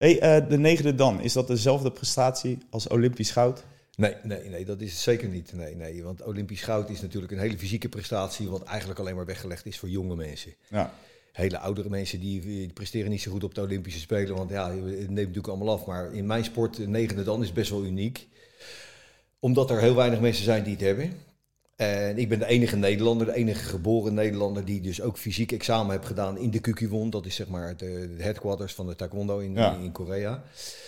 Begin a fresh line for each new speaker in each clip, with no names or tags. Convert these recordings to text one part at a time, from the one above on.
Hey, de 9e dan, is dat dezelfde prestatie als Olympisch goud?
Nee, dat is het zeker niet. Nee, want Olympisch goud is natuurlijk een hele fysieke prestatie, wat eigenlijk alleen maar weggelegd is voor jonge mensen.
Ja.
Hele oudere mensen die presteren niet zo goed op de Olympische Spelen, want ja, het neemt natuurlijk allemaal af. Maar in mijn sport, de 9e dan, is best wel uniek. Omdat er heel weinig mensen zijn die het hebben. En ik ben de enige Nederlander, de enige geboren Nederlander die dus ook fysiek examen heeft gedaan in de Kukkiwon. Dat is zeg maar de headquarters van de taekwondo in Korea.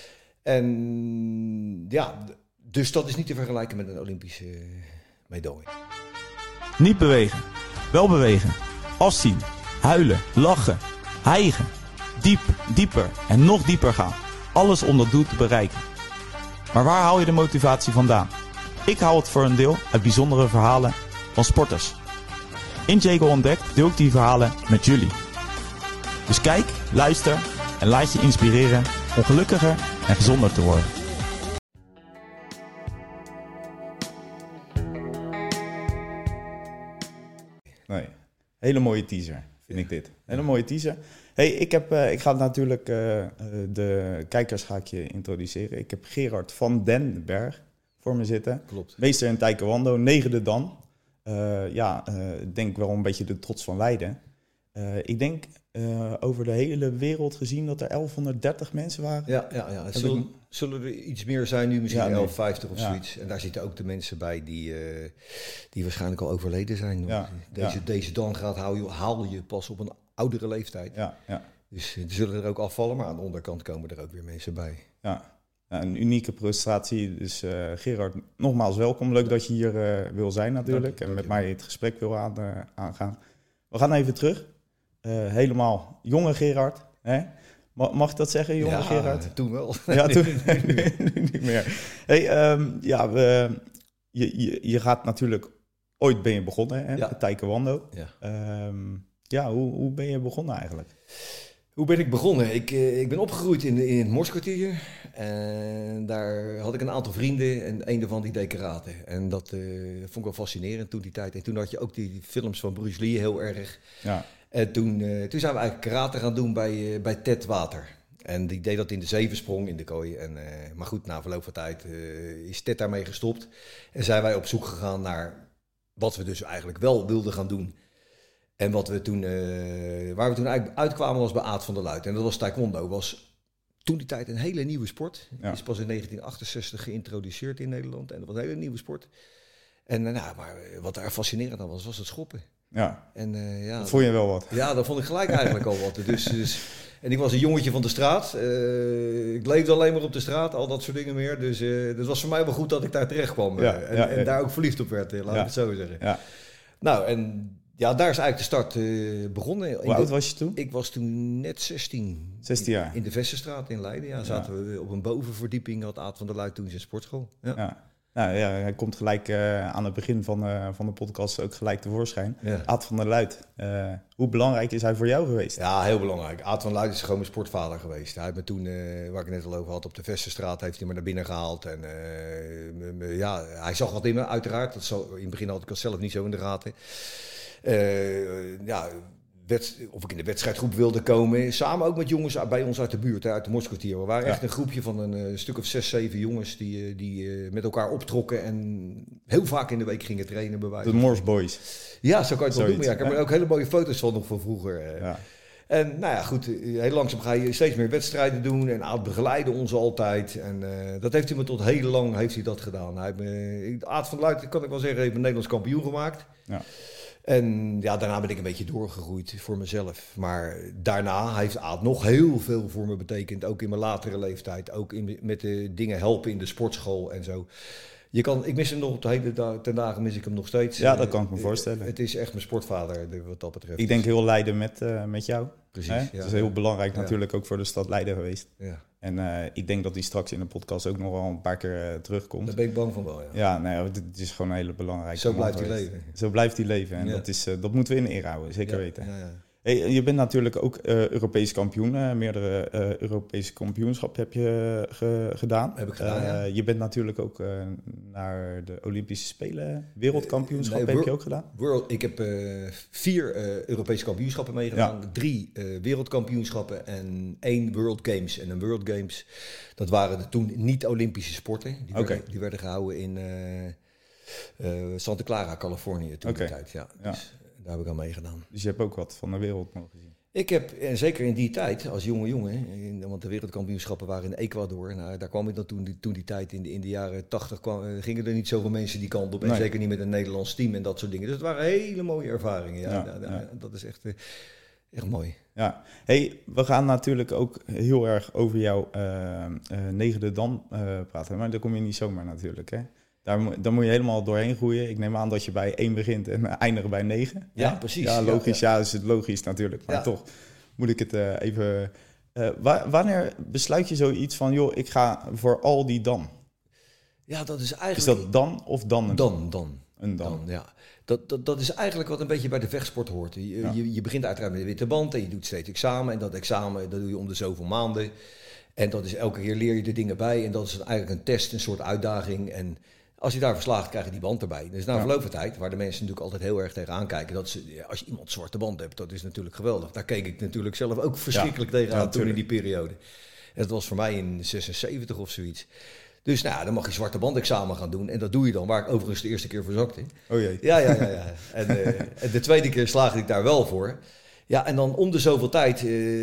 En ja, dus dat is niet te vergelijken met een Olympische medaille.
Niet bewegen, wel bewegen, afzien, huilen, lachen, hijgen, dieper en nog dieper gaan. Alles om dat doel te bereiken. Maar waar haal je de motivatie vandaan? Ik haal het voor een deel uit bijzondere verhalen van sporters. In Jago Ontdekt deel ik die verhalen met jullie. Dus kijk, luister en laat je inspireren om gelukkiger en gezonder te worden.
Nee, hele mooie teaser, vind ik dit. Hele mooie teaser. Hey, ik ga natuurlijk de kijkers ga ik je introduceren. Ik heb Gerard van den Berg voor me zitten.
Klopt.
Meester in taekwondo, 9e dan. Ik denk wel een beetje de trots van Leiden. Ik denk over de hele wereld gezien dat er 1130 mensen waren.
Ja. Zullen er iets meer zijn nu, misschien 1150 of zoiets. En daar zitten ook de mensen bij die waarschijnlijk al overleden zijn.
Ja,
Deze dan haal je pas op een oudere leeftijd.
Ja.
Dus er zullen er ook afvallen, maar aan de onderkant komen er ook weer mensen bij.
Ja. Een unieke prestatie. Dus Gerard, nogmaals welkom. Leuk dat je hier wil zijn natuurlijk. En met mij het gesprek wil aangaan. We gaan even terug. Helemaal jonge Gerard. Hè? Mag ik dat zeggen, jonge Gerard?
Toen wel.
Ja, toen nu niet meer. Hey, je gaat natuurlijk... Ooit ben je begonnen, hè? Met taekwondo.
Ja.
Hoe ben je begonnen eigenlijk?
Hoe ben ik begonnen? Ik ben opgegroeid in het Morskwartier. En daar had ik een aantal vrienden en een daarvan die deed karate. En dat vond ik wel fascinerend toen die tijd. En toen had je ook die films van Bruce Lee heel erg. Ja. En toen zijn we eigenlijk karate gaan doen bij Ted Water. En die deed dat in de zevensprong in de kooi. Maar goed, na verloop van tijd is Ted daarmee gestopt. En zijn wij op zoek gegaan naar wat we dus eigenlijk wel wilden gaan doen. En waar we toen eigenlijk uitkwamen was bij Aad van der Luijt. En dat was taekwondo. Was toen die tijd een hele nieuwe sport. Ja. Die is pas in 1968 geïntroduceerd in Nederland. En dat was een hele nieuwe sport. En maar wat daar fascinerend aan was het schoppen.
Ja,
en,
dat vond je wel wat.
Ja, dat vond ik gelijk eigenlijk al wat. En ik was een jongetje van de straat. Ik leefde alleen maar op de straat, al dat soort dingen meer. Dus het was voor mij wel goed dat ik daar terecht kwam. En daar ook verliefd op werd, laat ik het zo zeggen. Ja. Nou, en ja, daar is eigenlijk de start begonnen.
Hoe oud was je toen?
Ik was toen net 16.
16 jaar?
In de Vessenstraat in Leiden. Ja, zaten we op een bovenverdieping, had Aad van der Luijt toen zijn sportschool. Ja.
Nou ja, hij komt gelijk aan het begin van de podcast ook gelijk tevoorschijn. Ja. Aad van der Luijt, hoe belangrijk is hij voor jou geweest?
Ja, heel belangrijk. Aad van der Luijt is gewoon mijn sportvader geweest. Hij heeft me toen, waar ik het net al over had, op de Vessenstraat heeft hij me naar binnen gehaald. En hij zag wat in me, uiteraard. In het begin had ik dat zelf niet zo in de gaten. Of ik in de wedstrijdgroep wilde komen. Samen ook met jongens bij ons uit de buurt, uit de Morskwartier. We waren echt een groepje van een stuk of 6, 7 jongens die met elkaar optrokken en heel vaak in de week gingen trainen.
De Mors Boys.
Ja, zo kan je het wel doen. Maar ja, ik heb er ook hele mooie foto's van nog van vroeger. Ja. En nou ja, goed, heel langzaam ga je steeds meer wedstrijden doen. En Aad begeleidde ons altijd. En dat heeft hij me tot heel lang heeft hij dat gedaan. Aad van der Luijt, kan ik wel zeggen, heeft me Nederlands kampioen gemaakt. Ja. En ja, daarna ben ik een beetje doorgegroeid voor mezelf. Maar daarna heeft Aad nog heel veel voor me betekend. Ook in mijn latere leeftijd. Ook met de dingen helpen in de sportschool en zo. Ik mis hem nog op de hele ten dagen mis ik hem nog steeds.
Ja, dat kan ik me voorstellen.
Het is echt mijn sportvader wat dat betreft.
Ik denk heel Leiden met jou.
Precies.
Ja, het is heel belangrijk natuurlijk ook voor de stad Leiden geweest. Ja. En ik denk dat die straks in de podcast ook nog wel een paar keer terugkomt.
Daar ben ik bang van wel, ja.
Ja, het is gewoon een hele belangrijke.
Zo blijft hij leven.
Zo blijft hij leven. En dat moeten we in ere houden, zeker weten.
Ja.
Hey, je bent natuurlijk ook Europees kampioen. Meerdere Europese kampioenschappen heb je gedaan.
Heb ik gedaan, ja.
Je bent natuurlijk ook naar de Olympische Spelen. Wereldkampioenschappen heb je ook gedaan?
Ik heb 4 Europese kampioenschappen meegedaan. Ja. 3 wereldkampioenschappen en 1 World Games. En een World Games, dat waren de toen niet-Olympische sporten. Die werden gehouden in Santa Clara, Californië toen die tijd. Ja. Dus daar heb ik aan meegedaan.
Dus je hebt ook wat van de wereld mogen zien?
Ik heb, en zeker in die tijd, als jonge jongen, want de wereldkampioenschappen waren in Ecuador. Nou, daar kwam ik dan toen die tijd, in de jaren 80, gingen er niet zoveel mensen die kant op. En zeker niet met een Nederlands team en dat soort dingen. Dus het waren hele mooie ervaringen. Ja. Dat is echt mooi. Ja.
Hey, we gaan natuurlijk ook heel erg over jouw negende dan praten. Maar daar kom je niet zomaar natuurlijk, hè? Daar moet je helemaal doorheen groeien. Ik neem aan dat je bij 1 begint en eindigt bij 9.
Ja, precies.
Ja, logisch. Ja, is het logisch natuurlijk. Maar toch moet ik het even... wanneer besluit je zoiets van, joh, ik ga voor al die dan?
Ja, dat is eigenlijk...
Is dat dan of dan?
Een dan, ja. Dat is eigenlijk wat een beetje bij de vechtsport hoort. Je begint uiteraard met de witte band en je doet steeds examen. En dat examen, dat doe je om de zoveel maanden. En dat is elke keer leer je er dingen bij. En dat is eigenlijk een test, een soort uitdaging. En als je daar verslaagt, krijg je die band erbij. Dus na verloop van tijd, waar de mensen natuurlijk altijd heel erg tegen aankijken, dat als je iemand zwarte band hebt, dat is natuurlijk geweldig. Daar keek ik natuurlijk zelf ook verschrikkelijk tegenaan toen in die periode. En dat was voor mij in 76 of zoiets. Dus dan mag je zwarte bandexamen gaan doen. En dat doe je dan, waar ik overigens de eerste keer voor zakte.
Oh jee.
Ja. En de tweede keer slaagde ik daar wel voor. Ja, en dan om de zoveel tijd,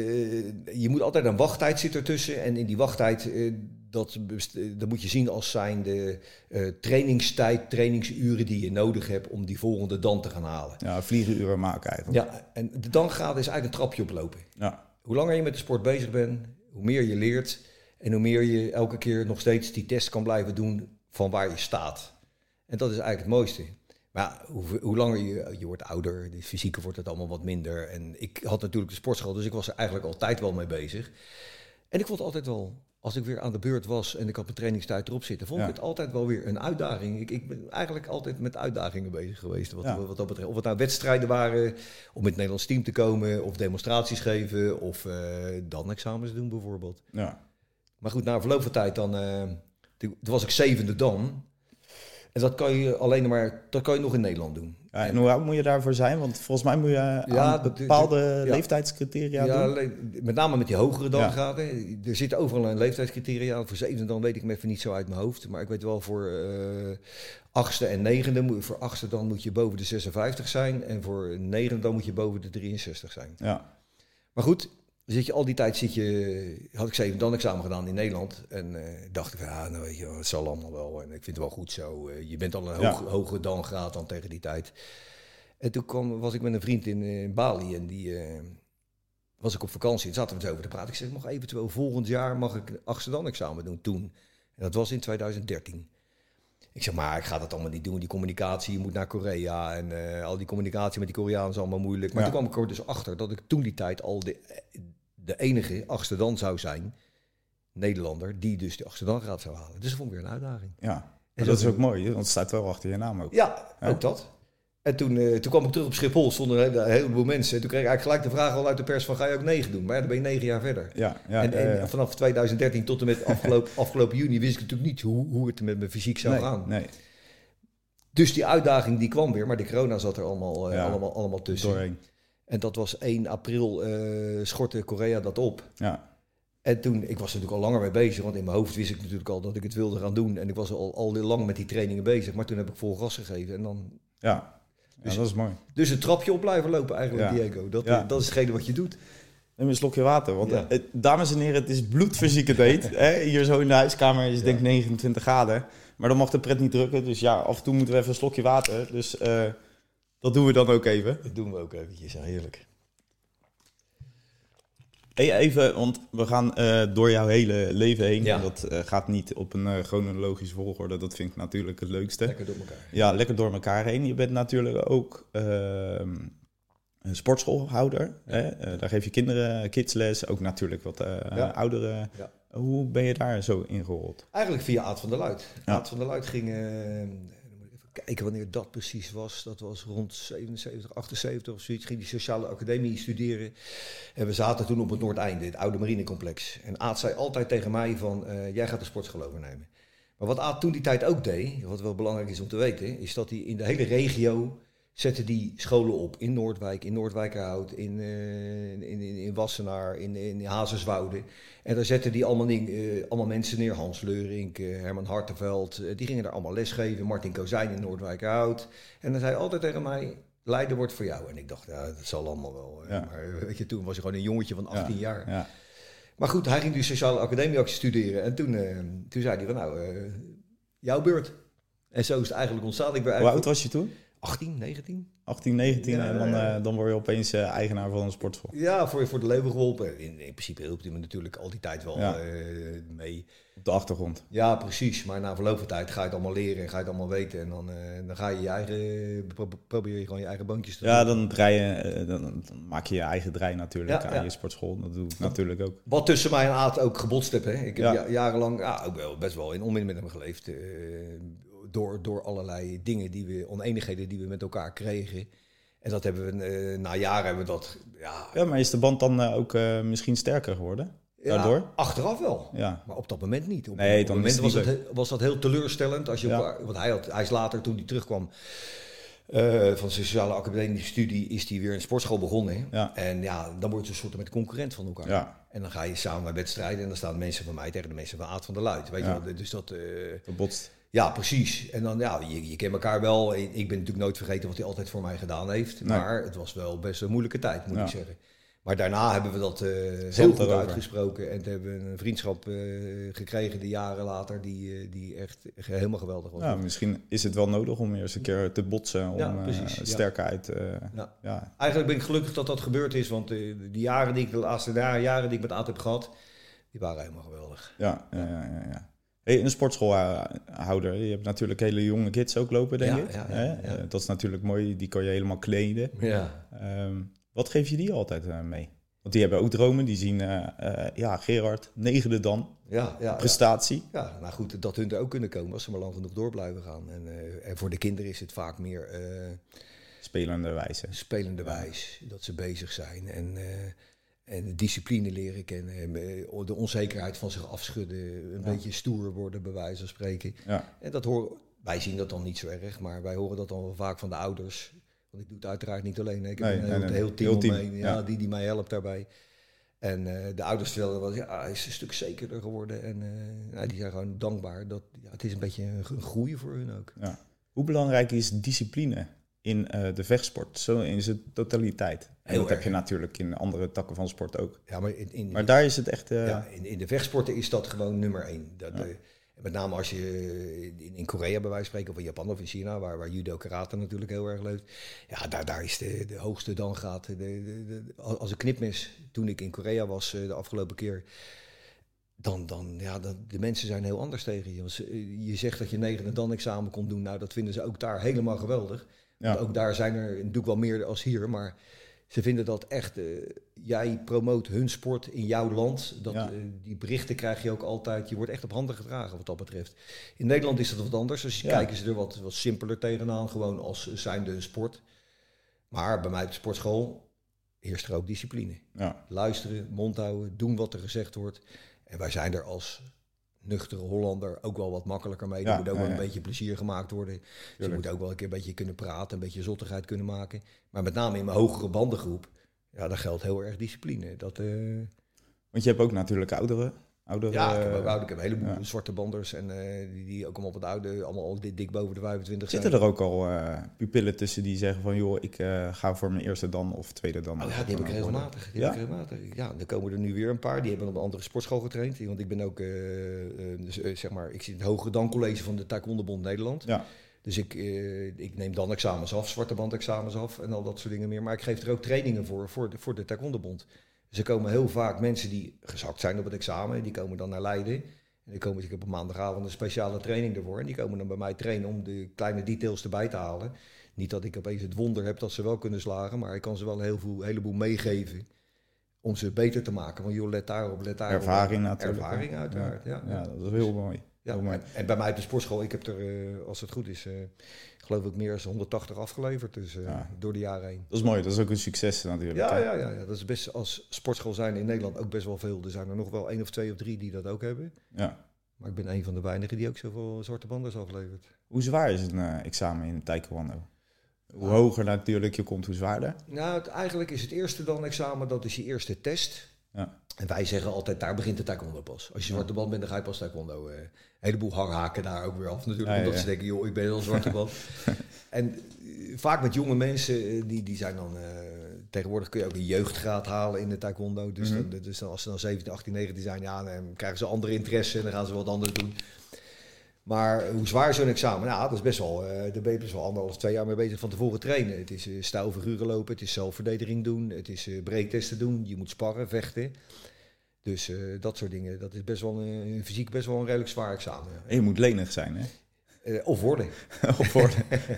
je moet altijd een wachttijd zitten ertussen. En in die wachttijd, dat moet je zien als zijn de trainingstijd, trainingsuren die je nodig hebt om die volgende dan te gaan halen.
Ja, vliegenuren maken eigenlijk.
Ja, en de dangraad is eigenlijk een trapje oplopen.
Ja.
Hoe langer je met de sport bezig bent, hoe meer je leert en hoe meer je elke keer nog steeds die test kan blijven doen van waar je staat. En dat is eigenlijk het mooiste. Maar hoe langer je wordt ouder, de fysieke wordt het allemaal wat minder. En ik had natuurlijk de sportschool, dus ik was er eigenlijk altijd wel mee bezig. En ik vond altijd wel, als ik weer aan de beurt was en ik had mijn trainingstijd erop zitten, vond ik het altijd wel weer een uitdaging. Ik ben eigenlijk altijd met uitdagingen bezig geweest, wat dat betreft. Of het nou wedstrijden waren, om met het Nederlands team te komen, of demonstraties geven, of dan examens doen bijvoorbeeld.
Ja.
Maar goed, na verloop van tijd toen was ik 7e dan. En dat kan je nog in Nederland doen.
Ja, en hoe oud moet je daarvoor zijn? Want volgens mij moet je aan bepaalde leeftijdscriteria doen.
Met name met die hogere dangraden. Er zitten overal een leeftijdscriteria. Voor 7e dan weet ik me even niet zo uit mijn hoofd. Maar ik weet wel voor 8e en 9e. Voor 8e dan moet je boven de 56 zijn. En voor 9e dan moet je boven de 63 zijn. Ja. Maar goed, al die tijd had ik 7e dan examen gedaan in Nederland. En dacht ik, weet je, het zal allemaal wel. En ik vind het wel goed zo. Je bent al een hoge dangraad dan tegen die tijd. En toen was ik met een vriend in Bali. En die was ik op vakantie. En zaten we eens over te praten. Ik zeg, eventueel volgend jaar mag ik 8e dan examen doen toen. En dat was in 2013. Ik zeg, maar ik ga dat allemaal niet doen. Die communicatie, je moet naar Korea. En al die communicatie met die Koreanen is allemaal moeilijk. Maar toen kwam ik er dus achter dat ik toen die tijd al de enige 8e dan zou zijn, Nederlander, die dus de 8e dangraad zou halen. Dus dat vond ik weer een uitdaging.
Ja, en dat is ook mooi, want het staat wel achter je naam ook.
Ja, ook dat. En toen kwam ik terug op Schiphol, stonden een heleboel mensen. En toen kreeg ik eigenlijk gelijk de vraag al uit de pers van, ga je ook 9 doen? Maar dan ben je 9 jaar verder. En vanaf 2013 tot en met afgelopen juni wist ik natuurlijk niet hoe het met mijn fysiek zou gaan. Nee. Dus die uitdaging die kwam weer, maar de corona zat er allemaal tussen. Doorheen. En dat was 1 april, schortte Korea dat op. Ja. En toen, ik was er natuurlijk al langer mee bezig, want in mijn hoofd wist ik natuurlijk al dat ik het wilde gaan doen. En ik was al heel lang met die trainingen bezig, maar toen heb ik vol gas gegeven. En dan...
Dus dat is mooi.
Dus het trapje op blijven lopen eigenlijk, Diego. Dat is hetgene wat je doet.
Neem een slokje water, want dames en heren, het is bloedfysiek het heet. Hier zo in de huiskamer is denk 29 graden. Maar dan mag de pret niet drukken, dus af en toe moeten we even een slokje water. Dus... dat doen we dan ook even.
Dat doen we ook eventjes, heerlijk.
Hey, even, want we gaan door jouw hele leven heen. Ja. En dat gaat niet op een chronologische volgorde. Dat vind ik natuurlijk het leukste.
Lekker door elkaar.
Ja, lekker door elkaar heen. Je bent natuurlijk ook een sportschoolhouder. Ja. Hè? Daar geef je kinderen kidsles. Ook natuurlijk wat ouderen. Ja. Hoe ben je daar zo ingerold?
Eigenlijk via Aad van der Luit. Ja. Aad van der Luit ging... kijken wanneer dat precies was. Dat was rond 77, 78 of zoiets. Ging die sociale academie studeren. En we zaten toen op het Noordeinde, het oude marinecomplex. En Aad zei altijd tegen mij van, jij gaat de sportschool overnemen. Maar wat Aad toen die tijd ook deed, wat wel belangrijk is om te weten, is dat hij in de hele regio zette die scholen op. In Noordwijk, in Noordwijkerhout, in Wassenaar, in Hazerswoude. En daar zette hij allemaal mensen neer. Hans Leurink, Herman Hartenveld, die gingen daar allemaal lesgeven. Martin Kozijn in Noordwijkerhout. En dan zei hij altijd tegen mij, Leiden wordt voor jou. En ik dacht, ja, dat zal allemaal wel. Ja. Maar weet je, toen was hij gewoon een jongetje van 18 jaar. Ja. Maar goed, hij ging dus sociale academie studeren. En toen zei hij van, jouw beurt. En zo is het eigenlijk ontstaan.
Hoe oud was je toen?
18, 19.
18, 19 ja, en dan word je opeens eigenaar van een sportschool.
Ja, voor de leven geholpen. In principe hielp hij me natuurlijk al die tijd wel mee.
Op de achtergrond.
Ja, precies. Maar na verloop van tijd ga je het allemaal leren en ga je het allemaal weten. En dan ga je probeer je gewoon je eigen bankjes te doen.
Ja, dan maak je je eigen draai natuurlijk aan je sportschool. Dat doe ik natuurlijk ook.
Wat tussen mij en Aad ook gebotst heb. Hè. Ik heb jarenlang ook wel best wel in onmin met hem geleefd. Door allerlei dingen oneenigheden die we met elkaar kregen. En dat hebben we, na jaren hebben we dat...
Ja, maar is de band dan ook misschien sterker geworden? Daardoor?
Ja, achteraf wel.
Ja.
Maar op dat moment niet. Op
dat
moment was dat heel teleurstellend. Want hij is later, toen hij terugkwam van zijn sociale academische studie, is hij weer een sportschool begonnen. Ja. En dan word je een soort met concurrent van elkaar. Ja. En dan ga je samen naar wedstrijden en dan staan mensen van mij tegen de mensen van Aad van der Luit. Weet je wel? Dus dat
botst.
Ja, precies. En dan, je kent elkaar wel. Ik ben natuurlijk nooit vergeten wat hij altijd voor mij gedaan heeft. Nee. Maar het was wel best een moeilijke tijd, moet ik zeggen. Maar daarna hebben we dat heel goed uitgesproken. En hebben we een vriendschap gekregen, de jaren later, die echt helemaal geweldig was.
Ja, misschien is het wel nodig om eens een keer te botsen, om sterkheid...
Eigenlijk ben ik gelukkig dat dat gebeurd is, want de laatste jaren die ik met Aad heb gehad, die waren helemaal geweldig.
Ja. Hey, een sportschoolhouder, je hebt natuurlijk hele jonge kids ook lopen, denk ik. Ja. Dat is natuurlijk mooi, die kan je helemaal kleden. Ja. Wat geef je die altijd mee? Want die hebben ook dromen, die zien, Gerard, 9e dan, prestatie.
Ja, nou goed, dat hun er ook kunnen komen als ze maar lang genoeg door blijven gaan. En voor de kinderen is het vaak meer...
Spelende
wijs, dat ze bezig zijn en de discipline leren kennen, de onzekerheid van zich afschudden, een beetje stoer worden, bij wijze van spreken. Ja. En wij zien dat dan niet zo erg, maar wij horen dat dan wel vaak van de ouders. Want ik doe het uiteraard niet alleen. Hè. Ik heb een heel team omheen die mij helpt daarbij. En de ouders vertellen wel, hij is een stuk zekerder geworden. En die zijn gewoon dankbaar. Het is een beetje een groei voor hun ook. Ja.
Hoe belangrijk is discipline in de vechtsport, zo in zijn totaliteit? En dat heb je natuurlijk in andere takken van sport ook. Ja, maar daar is het echt...
in de vechtsporten is dat gewoon nummer 1. Met name als je in Korea bij wijze van spreken, of in Japan of in China, waar judo karate natuurlijk heel erg leeft. Ja, daar is de hoogste dan gaat. Als een knipmes, toen ik in Korea was de afgelopen keer, de mensen zijn heel anders tegen je. Je zegt dat je 9e dan examen komt doen, nou dat vinden ze ook daar helemaal geweldig. Ja. Ook daar zijn er natuurlijk wel meer als hier, maar ze vinden dat echt, jij promoot hun sport in jouw land. Die berichten krijg je ook altijd. Je wordt echt op handen gedragen wat dat betreft. In Nederland is dat wat anders. Dus kijken ze er wat simpeler tegenaan. Gewoon als zijnde sport. Maar bij mij op de sportschool heerst er ook discipline. Ja. Luisteren, mond houden, doen wat er gezegd wordt. En wij zijn er als nuchtere Hollander ook wel wat makkelijker mee. Er moet ook wel een beetje plezier gemaakt worden. Dus je moet ook wel een keer een beetje kunnen praten, een beetje zottigheid kunnen maken. Maar met name in mijn hogere bandengroep, daar geldt heel erg discipline.
Want je hebt ook natuurlijk ouderen.
Ja, ik heb ook ouderen. Ik heb een heleboel zwarte banders en die ook allemaal op het oude, allemaal al dik boven de 25 zijn.
Zitten er ook al pupillen tussen die zeggen van, joh, ik ga voor mijn eerste dan of tweede dan?
Die heb ik regelmatig. Ja, dan komen er nu weer een paar. Die hebben op een andere sportschool getraind. Want ik ben ook, ik zit in het Hogere Dan College van de Taekwondo-bond Nederland. Ja. Dus ik neem dan examens af, zwarte band examens af en al dat soort dingen meer. Maar ik geef er ook trainingen voor de Taekwondo-bond. Dus er komen heel vaak mensen die gezakt zijn op het examen, die komen dan naar Leiden. En ik heb op maandagavond een speciale training ervoor. En die komen dan bij mij trainen om de kleine details erbij te halen. Niet dat ik opeens het wonder heb dat ze wel kunnen slagen, maar ik kan ze wel een heleboel meegeven om ze beter te maken. Want joh, let daarop.
Ervaring natuurlijk.
Ervaring uiteraard, ja.
Ja, dat is heel mooi.
Ja, en bij mij op de sportschool, ik heb er, als het goed is, ik geloof ik meer dan 180 afgeleverd. Dus door de jaren heen.
Dat is mooi, dat is ook een succes natuurlijk.
Ja. Dat is best als sportschool zijn in Nederland ook best wel veel. Er zijn er nog wel 1 of 2 of 3 die dat ook hebben.
Ja.
Maar ik ben een van de weinigen die ook zoveel zwarte banden is afgeleverd.
Hoe zwaar is een examen in taekwondo? Hoe hoger natuurlijk je komt, hoe zwaarder?
Nou, eigenlijk is het eerste dan examen, dat is je eerste test.
Ja.
En wij zeggen altijd, daar begint de taekwondo pas. Als je zwarte band bent, dan ga je pas taekwondo. Een heleboel hanghaken daar ook weer af natuurlijk. Omdat ze denken, joh, ik ben al zwarte band. En vaak met jonge mensen, die zijn dan... tegenwoordig kun je ook een jeugdgraad halen in de taekwondo. Dus, dus als ze dan 17, 18, 19 zijn, dan krijgen ze andere interesse en dan gaan ze wat anders doen. Maar hoe zwaar is zo'n examen? Nou, dat is best wel, daar ben je best wel 1,5, 2 jaar mee bezig van tevoren trainen. Het is stijlfiguren lopen, het is zelfverdediging doen, het is breektesten doen, je moet sparren, vechten. Dus dat soort dingen, dat is best wel fysiek best wel een redelijk zwaar examen.
En je moet lenig zijn, hè?
Of worden.
Of worden.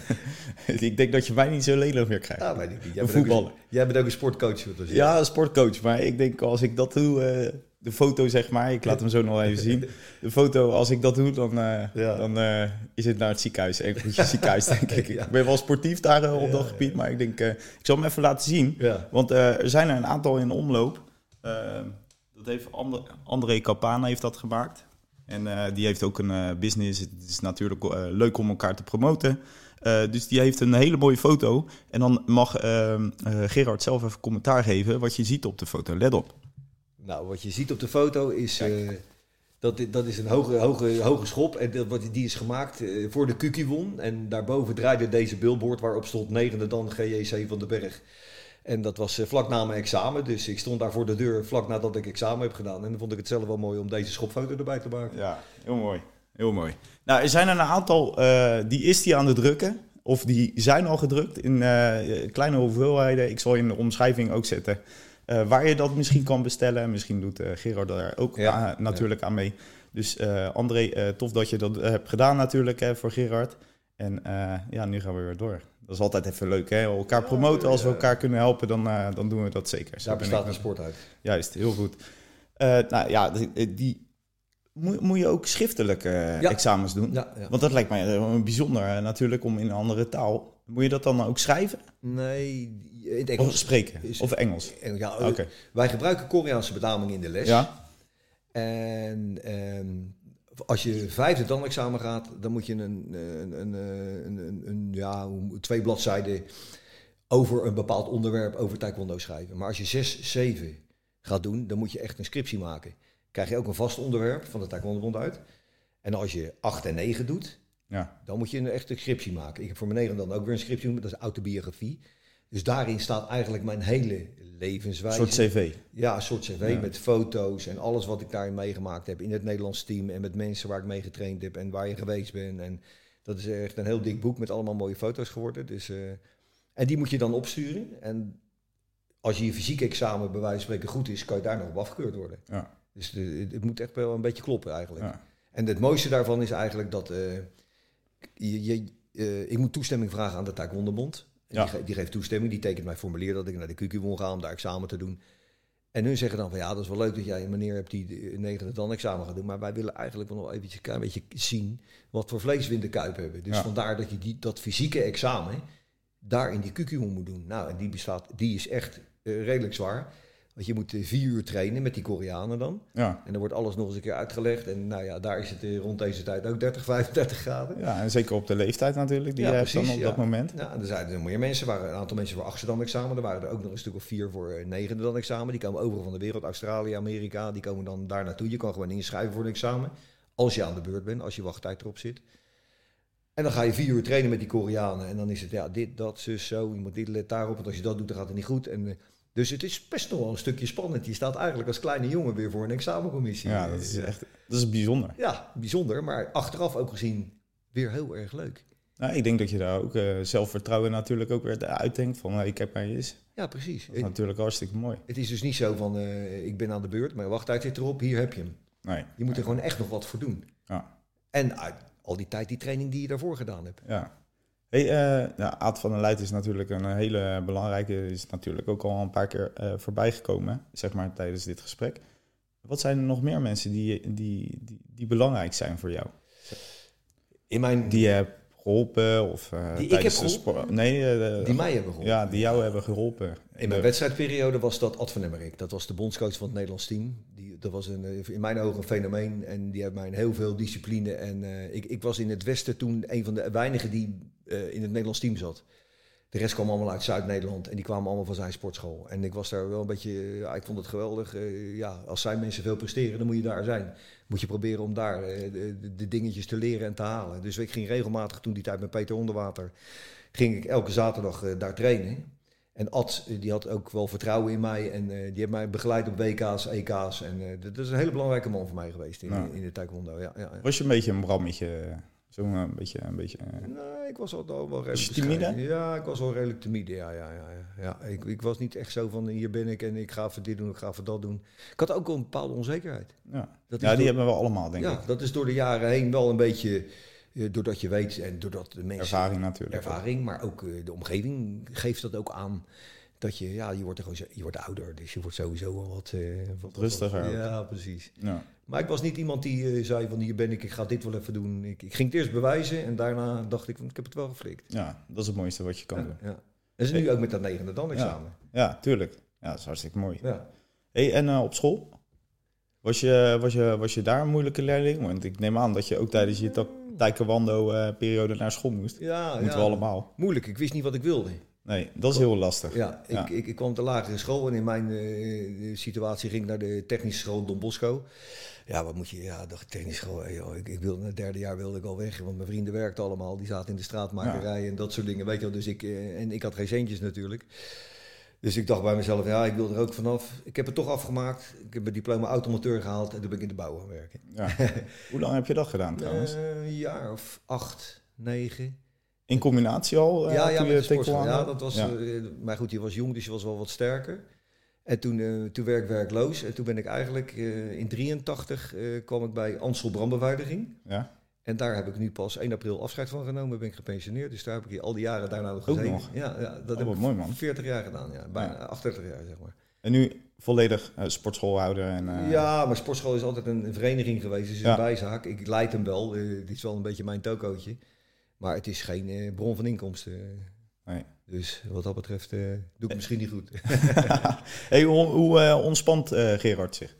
Ik denk dat je mij niet zo lenig meer krijgt.
Ja, weet ik niet.
Een voetballer.
Jij bent ook een sportcoach.
Ja, een sportcoach. Maar ik denk als ik dat doe, de foto zeg maar, ik laat hem zo nog even zien. De foto, als ik dat doe, dan is het naar het ziekenhuis. Een ziekenhuis, denk ik. Ik ben wel sportief daar op dat gebied, maar ik denk, ik zal hem even laten zien. Ja. Want er zijn er een aantal in omloop. Dat heeft André Capana heeft dat gemaakt. En die heeft ook een business. Het is natuurlijk leuk om elkaar te promoten. Dus die heeft een hele mooie foto. En dan mag Gerard zelf even commentaar geven wat je ziet op de foto. Let op.
Nou, wat je ziet op de foto is... dat is een hoge schop. En die is gemaakt voor de Kukiwon. En daarboven draaide deze billboard waarop stond 9e dan GJC van den Berg. En dat was vlak na mijn examen. Dus ik stond daar voor de deur vlak nadat ik examen heb gedaan. En dan vond ik het zelf wel mooi om deze schopfoto erbij te maken.
Ja, heel mooi. Heel mooi. Nou, er zijn er een aantal, die aan het drukken. Of die zijn al gedrukt in kleine hoeveelheden. Ik zal in de omschrijving ook zetten waar je dat misschien kan bestellen. Misschien doet Gerard daar ook natuurlijk aan mee. Dus André, tof dat je dat hebt gedaan natuurlijk voor Gerard. En nu gaan we weer door. Dat is altijd even leuk, hè? Elkaar promoten. Als we elkaar kunnen helpen, dan doen we dat zeker.
Daar bestaat een sport uit.
Juist, heel goed. Die moet je ook schriftelijk examens doen. Ja. Want dat lijkt mij bijzonder natuurlijk, om in een andere taal. Moet je dat dan ook schrijven?
Nee, in het Engels.
Of spreken? Of Engels?
Ja, okay. Wij gebruiken Koreaanse betamingen in de les.
Ja.
En als je 5e dan-examen gaat, dan moet je 2 bladzijden over een bepaald onderwerp over taekwondo schrijven. Maar als je 6, 7 gaat doen, dan moet je echt een scriptie maken. Krijg je ook een vast onderwerp van de Taekwondo-bond uit. En als je 8 en 9 doet, dan moet je een echte scriptie maken. Ik heb voor mijn 9 dan ook weer een scriptie, dat is autobiografie. Dus daarin staat eigenlijk mijn hele levenswijze.
Een soort cv.
Ja, een soort cv met foto's en alles wat ik daarin meegemaakt heb. In het Nederlands team en met mensen waar ik mee getraind heb en waar je geweest bent. En dat is echt een heel dik boek met allemaal mooie foto's geworden. Dus, en die moet je dan opsturen. En als je fysieke examen bij wijze van spreken goed is, kan je daar nog op afgekeurd worden. Ja. Dus het moet echt wel een beetje kloppen eigenlijk. Ja. En het mooiste daarvan is eigenlijk dat ik moet toestemming vragen aan de Taekwondo-bond. Die geeft toestemming, die tekent mij formulier dat ik naar de Kukiwon ga om daar examen te doen. En hun zeggen dan van dat is wel leuk dat jij een meneer hebt die 9e dan examen gaat doen. Maar wij willen eigenlijk wel nog eventjes een beetje zien wat voor vlees we in de kuip hebben. Dus vandaar dat je dat fysieke examen daar in die Kukiwon moet doen. Nou, en die is echt redelijk zwaar. Want je moet 4 uur trainen met die Koreanen dan. Ja. En dan wordt alles nog eens een keer uitgelegd. En daar is het rond deze tijd ook 30, 35 graden.
Ja, en zeker op de leeftijd natuurlijk, die je hebt dan op dat moment.
Ja, en er zijn er meer mensen. Er waren een aantal mensen voor 8e dan examen. Er waren er ook nog een stuk of 4 voor 9e dan examen. Die komen overal van de wereld, Australië, Amerika. Die komen dan daar naartoe. Je kan gewoon inschrijven voor een examen. Als je aan de beurt bent, als je wachttijd erop zit. En dan ga je 4 uur trainen met die Koreanen. En dan is het dit, dat, zus, zo. Je moet dit, let daarop. Want als je dat doet, dan gaat het niet goed. En dus het is best nog wel een stukje spannend. Je staat eigenlijk als kleine jongen weer voor een examencommissie.
Ja, dat is bijzonder.
Ja, bijzonder. Maar achteraf ook gezien weer heel erg leuk.
Nou, ik denk dat je daar ook zelfvertrouwen natuurlijk ook weer uitdenkt van ik heb mij eens.
Ja, precies.
Dat is natuurlijk hartstikke mooi.
Het is dus niet zo van ik ben aan de beurt, mijn wachttijd zit erop, hier heb je hem.
Nee.
Je moet er gewoon echt nog wat voor doen.
Ja.
En al die tijd, die training die je daarvoor gedaan hebt.
Ja. Aad van der Leijt is natuurlijk een hele belangrijke, is natuurlijk ook al een paar keer voorbij gekomen, zeg maar, tijdens dit gesprek. Wat zijn er nog meer mensen die belangrijk zijn voor jou?
Die je hebt
geholpen? Of,
Die ik
tijdens
heb
de
geholpen?
Nee,
Die mij hebben geholpen.
Ja, die jou hebben geholpen.
In mijn wedstrijdperiode was dat Ad van Emmerik. Dat was de bondscoach van het Nederlands team. Dat was in mijn ogen een fenomeen. En die heeft mij in heel veel discipline. En ik was in het Westen toen een van de weinigen die in het Nederlands team zat. De rest kwam allemaal uit Zuid-Nederland. En die kwamen allemaal van zijn sportschool. En ik was daar wel een beetje... ik vond het geweldig. Als zijn mensen veel presteren, dan moet je daar zijn. Moet je proberen om daar de dingetjes te leren en te halen. Dus ik ging regelmatig, toen die tijd met Peter Onderwater... ging ik elke zaterdag daar trainen. En Ad, die had ook wel vertrouwen in mij. En die heeft mij begeleid op WK's, EK's. En dat is een hele belangrijke man voor mij geweest in de taekwondo. Ja.
Was je een beetje een brammetje? Zo'n beetje...
Nee, ik was altijd wel redelijk
timide?
Ja, ik was wel redelijk timide. Ja. Ik was niet echt zo van hier ben ik en ik ga voor dit doen, ik ga voor dat doen. Ik had ook wel een bepaalde onzekerheid.
Ja, die hebben we allemaal, denk ik.
Ja, dat is door de jaren heen wel een beetje... doordat je weet en doordat de mensen...
Ervaring natuurlijk.
Ervaring, maar ook de omgeving geeft dat ook aan. Dat je, je wordt ouder, dus je wordt sowieso wel wat
rustiger.
Ja, precies.
Ja.
Maar ik was niet iemand die zei van hier ben ik ga dit wel even doen. Ik ging het eerst bewijzen en daarna dacht ik van ik heb het wel geflikt.
Ja, dat is het mooiste wat je kan doen.
Ja. En ze nu ook met dat 9e dan examen.
Ja, tuurlijk. Ja, dat is hartstikke mooi.
Ja.
Hey, en op school? Was je daar een moeilijke leerling? Want ik neem aan dat je ook tijdens je taekwondo-periode naar school moest.
Ja,
moeten we allemaal.
Moeilijk, ik wist niet wat ik wilde.
Nee, dat is heel lastig.
Ja, ik kwam op de lagere school en in mijn situatie ging ik naar de technische school Don Bosco. Ja, wat moet je... Ja, de technische school... Ik wilde, het 3e jaar wilde ik al weg, want mijn vrienden werkten allemaal. Die zaten in de straatmakerij en dat soort dingen, weet je wel. Dus ik had geen centjes natuurlijk. Dus ik dacht bij mezelf, ik wil er ook vanaf. Ik heb het toch afgemaakt. Ik heb mijn diploma automonteur gehaald en toen ben ik in de bouw gaan werken.
Ja. Hoe lang heb je dat gedaan trouwens?
Een jaar of 8, 9...
In combinatie al?
Ja, met de
sportschool.
Ja, dat was... maar goed, je was jong, dus je was wel wat sterker. En toen werd ik werkloos. En toen ben ik eigenlijk in 83 kwam ik bij Ansel Brandbeveiliging.
Ja.
En daar heb ik nu pas 1 april afscheid van genomen. Ben ik gepensioneerd. Dus daar heb ik al die jaren daarna nog gezeten.
Ook nog?
Ja, dat heb ik
mooi, man.
40 jaar gedaan. Ja. Bijna 38 jaar, zeg maar.
En nu volledig sportschoolhouder? En,
Ja, maar sportschool is altijd een vereniging geweest. Dus het is een bijzaak. Ik leid hem wel. Dit is wel een beetje mijn tokootje. Maar het is geen bron van inkomsten.
Nee.
Dus wat dat betreft doe ik misschien niet goed.
Hey, hoe ontspant Gerard zich?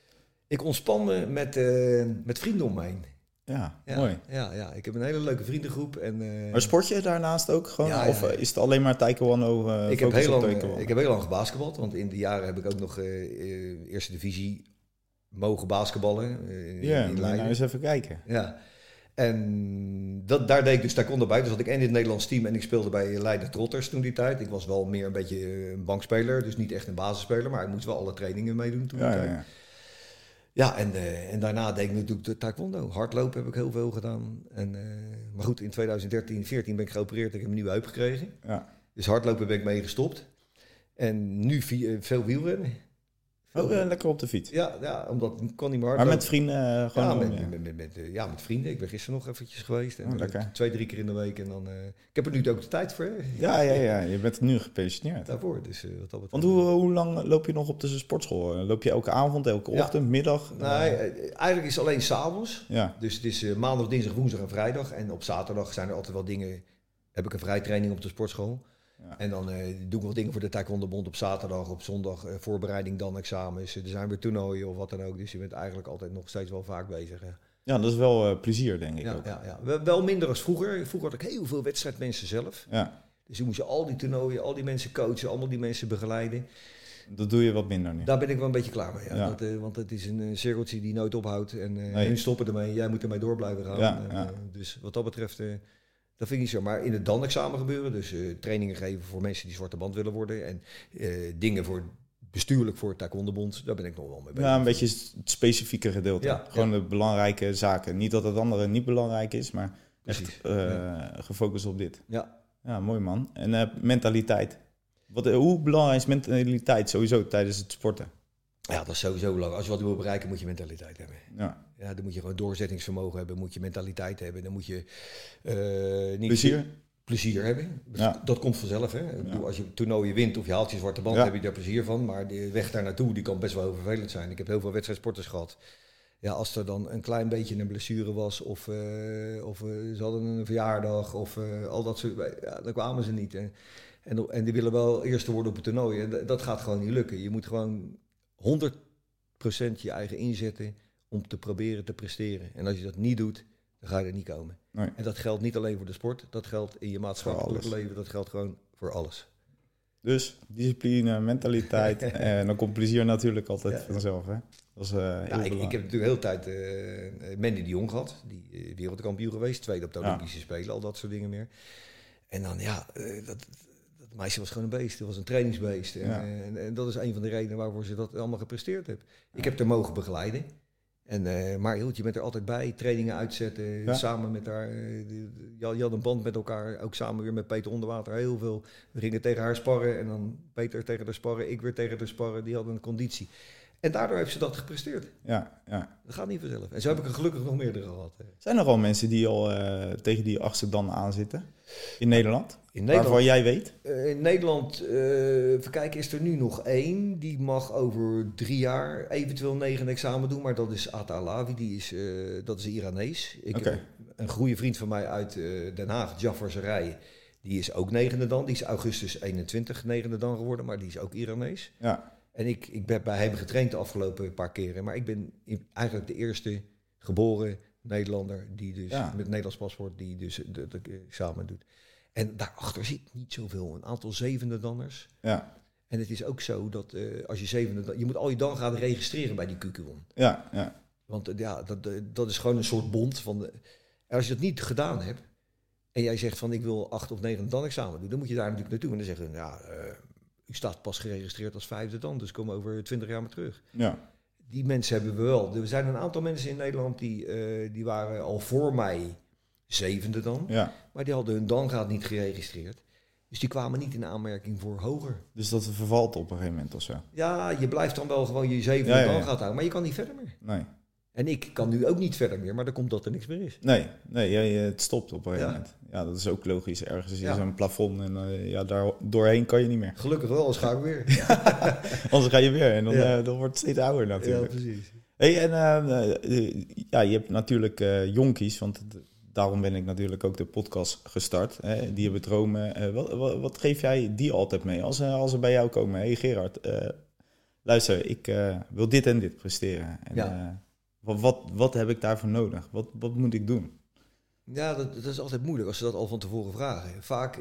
Ik ontspan me met vrienden om me heen.
Ja, mooi.
Ja, ik heb een hele leuke vriendengroep.
Maar sport je daarnaast ook gewoon?
Ja.
Of is het alleen maar taekwondo?
Ik heb heel lang gebasketbald. Want in die jaren heb ik ook nog eerste divisie mogen basketballen.
In nou eens even kijken.
Ja. En daar deed ik dus taekwondo bij. Dus had ik en in het Nederlands team en ik speelde bij Leiden Trotters toen die tijd. Ik was wel meer een beetje een bankspeler, dus niet echt een basisspeler, maar ik moest wel alle trainingen meedoen toen die tijd. Ja, en daarna deed ik natuurlijk de taekwondo. Hardlopen heb ik heel veel gedaan. Maar goed, in 2013, 14 ben ik geopereerd. Ik heb een nieuwe heup gekregen. Ja. Dus hardlopen ben ik mee gestopt. En nu veel wielrennen.
Lekker op de fiets.
Ja, omdat ik kon niet meer hardlopen.
Maar met vrienden gewoon?
Met vrienden. Ik ben gisteren nog eventjes geweest. En
lekker.
2-3 keer in de week. En dan, ik heb er nu ook de tijd voor.
Ja, je bent nu gepensioneerd.
Daarvoor, dus wat dat betreft.
Want hoe lang loop je nog op de sportschool? Loop je elke avond, elke ochtend, middag?
Nee, eigenlijk is het alleen 's avonds.
Ja.
Dus het is maandag, dinsdag, woensdag en vrijdag. En op zaterdag zijn er altijd wel dingen. Heb ik een vrijtraining op de sportschool. Ja. En dan doe ik wel dingen voor de Taekwondo-bond op zaterdag, op zondag, voorbereiding, dan examens. Er zijn weer toernooien of wat dan ook. Dus je bent eigenlijk altijd nog steeds wel vaak bezig. Hè.
Ja, dat is wel plezier, denk ik ook.
Ja. Wel minder als vroeger. Vroeger had ik heel veel wedstrijdmensen zelf.
Ja.
Dus je moest je al die toernooien, al die mensen coachen, allemaal die mensen begeleiden.
Dat doe je wat minder nu.
Daar ben ik wel een beetje klaar mee. Ja. Want het is een cirkeltje die nooit ophoudt. En hun stoppen ermee. Jij moet ermee door blijven gaan. Dus wat dat betreft... dat vind ik niet zo. Maar in het dan-examen gebeuren. Dus trainingen geven voor mensen die zwarte band willen worden. En dingen bestuurlijk voor het Taekwondo-bond. Daar ben ik nog wel mee bezig.
Ja, een beetje het specifieke gedeelte. Ja, gewoon de belangrijke zaken. Niet dat het andere niet belangrijk is, maar echt gefocust op dit. Ja, mooi man. En mentaliteit. Hoe belangrijk is mentaliteit sowieso tijdens het sporten?
Ja, dat is sowieso belangrijk. Als je wat wil bereiken, moet je mentaliteit hebben.
Ja,
dan moet je gewoon doorzettingsvermogen hebben, moet je mentaliteit hebben. Dan moet je plezier hebben.
Ja.
Dat komt vanzelf. Hè? Ik bedoel, als je toernooien wint of je haalt je zwarte band, heb je daar plezier van. Maar de weg daar naartoe die kan best wel heel vervelend zijn. Ik heb heel veel wedstrijdsporters gehad ja, als er dan een klein beetje een blessure was of ze hadden een verjaardag of al dat soort, ja, dan kwamen ze niet. En die willen wel eerste worden op het toernooi. En dat gaat gewoon niet lukken. Je moet gewoon 100% je eigen inzetten om te proberen te presteren. En als je dat niet doet, dan ga je er niet komen.
Nee.
En dat geldt niet alleen voor de sport, dat geldt in je maatschappelijk leven, dat geldt gewoon voor alles.
Dus discipline, mentaliteit en dan komt plezier natuurlijk altijd vanzelf. Hè? Dat is,
ik heb natuurlijk de hele tijd Mandy de Jong gehad, die wereldkampioen geweest, tweede op de Olympische Spelen, al dat soort dingen meer. En dan dat meisje was gewoon een beest, dat was een trainingsbeest. En dat is een van de redenen waarvoor ze dat allemaal gepresteerd heeft. Ik heb haar mogen begeleiden. Maar je bent er altijd bij, trainingen uitzetten, samen met haar. Je had een band met elkaar, ook samen weer met Peter Onderwater, heel veel. We gingen tegen haar sparren en dan Peter tegen haar sparren, ik weer tegen haar sparren. Die hadden een conditie. En daardoor heeft ze dat gepresteerd.
Ja.
Dat gaat niet vanzelf. En zo heb ik er gelukkig nog meerdere gehad.
Zijn er al mensen die al tegen die 8e dan aanzitten? In Nederland? Waarvan jij weet?
In Nederland, even kijken, is er nu nog 1. Die mag over 3 jaar eventueel 9 examen doen. Maar dat is Ata Alawi, dat is Iranees. Een goede vriend van mij uit Den Haag, Jafar Zarei. Die is ook 9e dan. Die is augustus 21 9e dan geworden, maar die is ook Iranees. Ja. En ik ben bij hem getraind de afgelopen paar keren. Maar ik ben eigenlijk de eerste geboren Nederlander die dus met het Nederlands paspoort die dus de examen doet. En daarachter zit niet zoveel. Een aantal 7e danners. Ja. En het is ook zo dat als je 7e... Je moet al je dangraden registreren bij die QQON. Ja. Want dat is gewoon een soort bond. En als je dat niet gedaan hebt... En jij zegt van ik wil 8 of 9 dan examen doen. Dan moet je daar natuurlijk naartoe. En dan zeggen ze, u staat pas geregistreerd als 5e dan. Dus kom over 20 jaar maar terug. Ja. Die mensen hebben we wel. Er zijn een aantal mensen in Nederland die waren al voor mij 7e dan. Ja. Maar die hadden hun dangraad niet geregistreerd. Dus die kwamen niet in aanmerking voor hoger.
Dus dat vervalt op een gegeven moment of zo?
Ja, je blijft dan wel gewoon je 7e dangraad houden. Maar je kan niet verder meer. Nee. En ik kan nu ook niet verder meer, maar dan komt dat er niks meer is.
Nee, het stopt op een gegeven moment. Ja, dat is ook logisch. Ergens is een plafond en daar doorheen kan je niet meer.
Gelukkig wel, anders ga ik weer.
Anders ga je weer en dan wordt het steeds ouder natuurlijk. Ja, precies. Hey, en je hebt natuurlijk jonkies, want daarom ben ik natuurlijk ook de podcast gestart. Hè? Die hebben dromen. Wat geef jij die altijd mee als ze bij jou komen? Hey Gerard, luister, ik wil dit en dit presteren. En, wat heb ik daarvoor nodig? Wat moet ik doen?
Ja, dat is altijd moeilijk als ze dat al van tevoren vragen. Vaak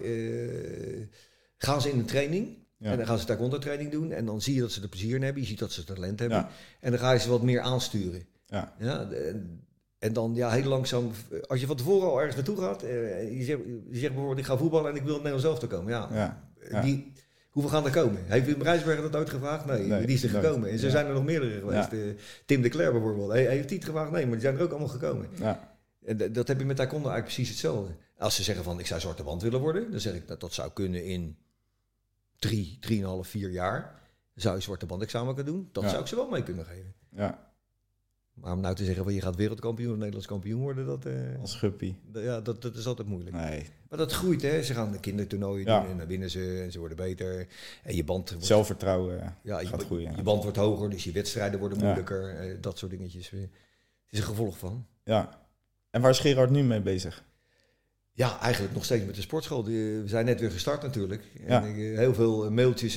gaan ze in een training en dan gaan ze taekwondo training doen. En dan zie je dat ze er plezier in hebben. Je ziet dat ze talent hebben. Ja. En dan ga je ze wat meer aansturen. Ja. En dan heel langzaam, als je van tevoren al ergens naartoe gaat. Je zegt bijvoorbeeld ik ga voetballen en ik wil het Nederlands elftal komen. Hoeveel gaan er komen? Heeft Wim Rijsberger dat ooit gevraagd? Nee, die is er gekomen. En zo zijn er nog meerdere geweest. Ja. Tim de Cler bijvoorbeeld. Heeft hij het gevraagd? Nee, maar die zijn er ook allemaal gekomen. Ja. En dat heb je met taekwondo eigenlijk precies hetzelfde. Als ze zeggen van ik zou zwarte band willen worden, dan zeg ik dat zou kunnen in 3,5, 4 jaar. Dan zou je zwarte band examen kunnen doen. Dat zou ik ze wel mee kunnen geven. Ja. Maar om nou te zeggen van je gaat wereldkampioen of Nederlands kampioen worden, dat...
als guppie.
Dat is altijd moeilijk.
Nee.
Maar dat groeit, hè. Ze gaan de kindertoernooien doen en dan winnen ze en ze worden beter. En je band...
Zelfvertrouwen gaat groeien.
Je band wordt hoger, dus je wedstrijden worden moeilijker. Dat soort dingetjes. Het is een gevolg van.
Ja. En waar is Gerard nu mee bezig?
Ja, eigenlijk nog steeds met de sportschool. We zijn net weer gestart natuurlijk. En heel veel mailtjes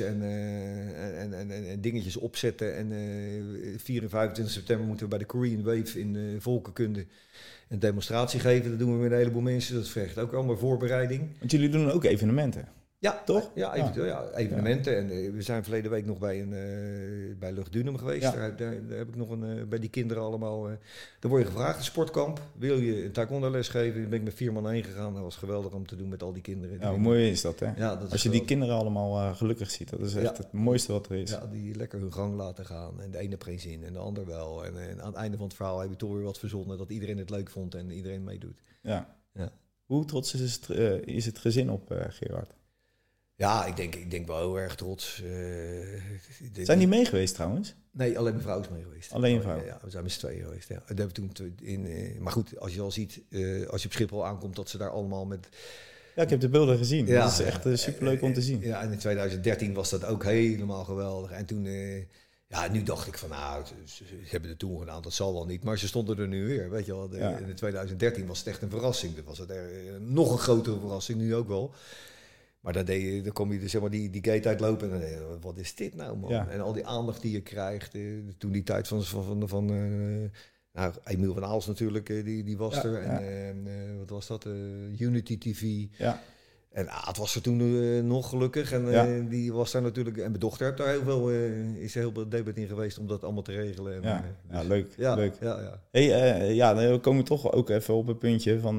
en dingetjes opzetten. En 4 en 25 september moeten we bij de Korean Wave in volkenkunde een demonstratie geven. Dat doen we met een heleboel mensen. Dat vergt ook allemaal voorbereiding.
Want jullie doen ook evenementen?
Ja, toch? Ja, evenementen. Ja. En we zijn verleden week nog bij Luchtdunum geweest. Ja. Daar heb ik nog bij die kinderen allemaal... Dan word je gevraagd, een sportkamp. Wil je een taekwondo les geven? Dan ben ik met 4 man heen gegaan. Dat was geweldig om te doen met al die kinderen.
Ja, hoe mooi is dat, hè? Ja, dat als je die kinderen allemaal gelukkig ziet. Dat is echt het mooiste wat er is.
Ja, die lekker hun gang laten gaan. En de ene heeft geen zin en de ander wel. En aan het einde van het verhaal heb je toch weer wat verzonnen. Dat iedereen het leuk vond en iedereen meedoet. Ja.
Hoe trots is het gezin op Gerard?
Ja, ik denk wel heel erg trots.
Zijn die mee geweest trouwens?
Nee, alleen mijn vrouw is mee geweest.
Alleen je vrouw?
Ja, we zijn met z'n tweeën geweest. Ja. Dat hebben we toen maar goed, als je al ziet, als je op Schiphol aankomt, dat ze daar allemaal met...
Ja, ik heb de beelden gezien. Ja, dat is echt superleuk om te zien.
Ja, en in 2013 was dat ook helemaal geweldig. En toen Ja, nu dacht ik van, nou, ze hebben het toen gedaan, dat zal wel niet. Maar ze stonden er nu weer, weet je wel. In 2013 was het echt een verrassing. Dat was het nog een grotere verrassing, nu ook wel. Maar dan kom je zeg maar die gate uitlopen en dan denk je, wat is dit nou, man? Ja. En al die aandacht die je krijgt. Toen die tijd van Emiel van Aals natuurlijk, die was er. Ja. En wat was dat? Unity TV. Ja. En het was er toen nog gelukkig. En die was daar natuurlijk. En mijn dochter heeft daar is heel veel debet in geweest om dat allemaal te regelen. En,
dus, leuk.
Ja,
leuk.
Ja.
Hey, we komen toch ook even op het puntje van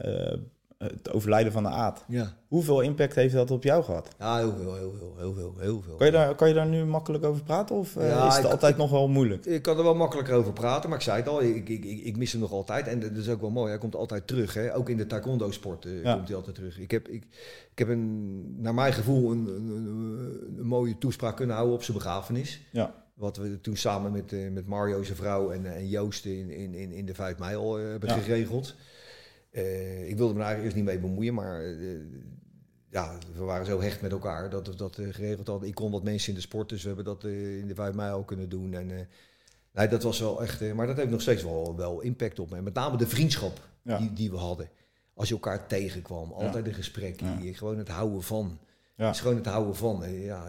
het overlijden van de Aad. Ja. Hoeveel impact heeft dat op jou gehad?
Ja, heel veel.
Kan je daar nu makkelijk over praten of is het altijd nog wel moeilijk?
Ik kan er wel makkelijker over praten, maar ik zei het al, ik mis hem nog altijd. En dat is ook wel mooi, hij komt altijd terug. Hè? Ook in de taekwondo-sport komt hij altijd terug. Ik heb naar mijn gevoel een mooie toespraak kunnen houden op zijn begrafenis. Ja. Wat we toen samen met Mario, zijn vrouw en Joost in de 5 mei al hebben geregeld. Ik wilde me daar eerst niet mee bemoeien, maar we waren zo hecht met elkaar dat we dat geregeld hadden. Ik kon wat mensen in de sport, dus we hebben dat in de 5 mei al kunnen doen. En nee, dat was wel echt, maar dat heeft nog steeds wel impact op me. En met name de vriendschap die we hadden. Als je elkaar tegenkwam, altijd een gesprek, gewoon het houden van. Ja. Het is gewoon het houden van.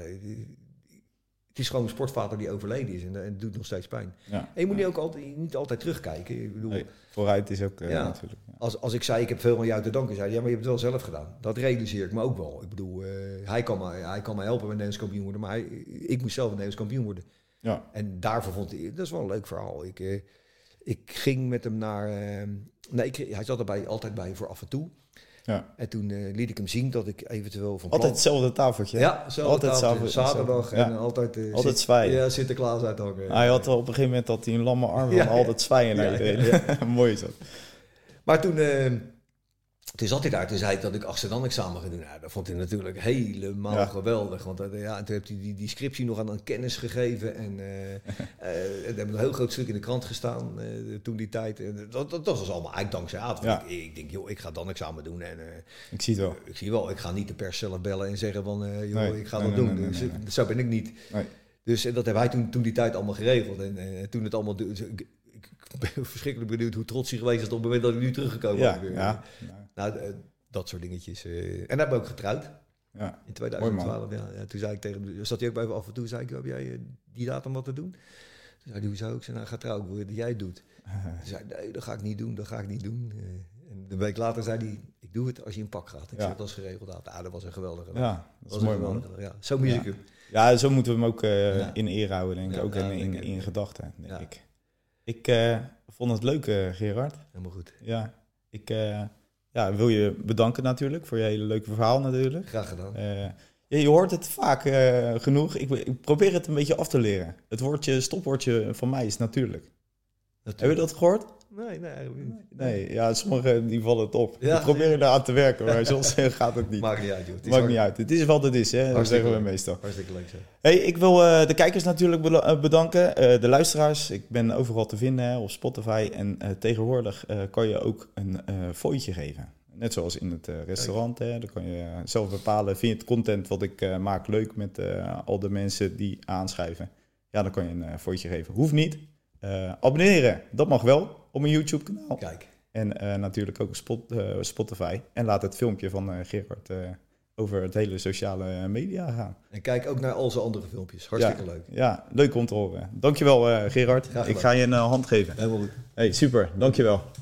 Het is gewoon een sportvader die overleden is en het doet nog steeds pijn. Ja. En je moet niet altijd terugkijken. Ik bedoel,
vooruit is ook natuurlijk. Ja.
Als ik zei, ik heb veel aan jou te danken, zei hij, maar je hebt het wel zelf gedaan. Dat realiseer ik me ook wel. Ik bedoel, hij kan me helpen met Nederlands kampioen worden, maar ik moest zelf een Nederlands kampioen worden. Ja. En daarvoor vond hij, dat is wel een leuk verhaal. Ik ging met hem naar... hij zat erbij altijd bij voor af en toe. Ja. En toen liet ik hem zien dat ik eventueel van
altijd hetzelfde tafeltje.
Ja, altijd tafeltje. Zaterdag en altijd
zwaaien.
Ja, Sinterklaas uithangen.
Hij had op een gegeven moment dat hij een lamme arm van altijd zwaaien naar iedereen. Mooi is dat.
Maar toen zat hij daar. Toen zei ik dat ik Amsterdam-examen ga doen. Nou, dat vond hij natuurlijk helemaal geweldig. Want en toen heeft hij die scriptie nog aan kennis gegeven. En er hebben een heel groot stuk in de krant gestaan toen die tijd. En dat was allemaal eigenlijk dankzij Aad. Ja. Ik denk, joh, ik ga dan examen doen. En,
ik zie het wel.
Ik zie wel. Ik ga niet de pers zelf bellen en zeggen van, ik ga dat doen. Nee. Zo ben ik niet. Nee. Dus dat hebben wij toen die tijd allemaal geregeld. En toen het allemaal... Ik ben verschrikkelijk benieuwd hoe trots hij geweest is op het moment dat ik nu teruggekomen ben. Ja. Nou, dat soort dingetjes. En dan hebben we ook getrouwd. Ja. In 2012. Ja. Toen zei ik tegen hem, zat hij ook bij me af en toe, zei ik, heb jij die datum wat te doen? Toen zei hij, hoezo? Ik zei, nou, ga trouwen, ik wil dat jij het doet. Toen zei hij, nee, dat ga ik niet doen. En een week later zei hij, ik doe het als je in pak gaat. Ik zei, dat is geregeld. Dat was een geweldige dag.
Ja, dat is mooi, man.
Ja, zo mis ik hem.
Ja, zo moeten we hem ook in eer houden, denk ik. Ook in gedachten, denk ik. Ik vond het leuk, Gerard.
Helemaal goed.
Ja, ik wil je bedanken natuurlijk voor je hele leuke verhaal natuurlijk.
Graag gedaan.
Je hoort het vaak genoeg. Ik probeer het een beetje af te leren. Het stopwoordje van mij is natuurlijk. Heb je dat gehoord? Nee, ja, sommigen die vallen het op. Ja, ik probeer er aan te werken, maar soms gaat het niet.
Maakt niet uit, joh.
Maakt niet uit. Het is wat het is, hè. Dat zeggen we meestal.
Hartstikke leuk, zo.
Hey, ik wil de kijkers natuurlijk bedanken. De luisteraars. Ik ben overal te vinden op Spotify. En tegenwoordig kan je ook een fooitje geven. Net zoals in het restaurant. Hè. Dan kan je zelf bepalen. Vind je het content wat ik maak leuk met al de mensen die aanschrijven? Ja, dan kan je een fooitje geven. Hoeft niet. Abonneren, dat mag wel op mijn YouTube-kanaal.
Kijk.
En natuurlijk ook Spotify. En laat het filmpje van Gerard over het hele sociale media gaan.
En kijk ook naar al zijn andere filmpjes. Hartstikke leuk.
Ja, leuk om te horen. Dankjewel Gerard. Ik ga je een hand geven.
Helemaal goed.
Hey, super, dankjewel.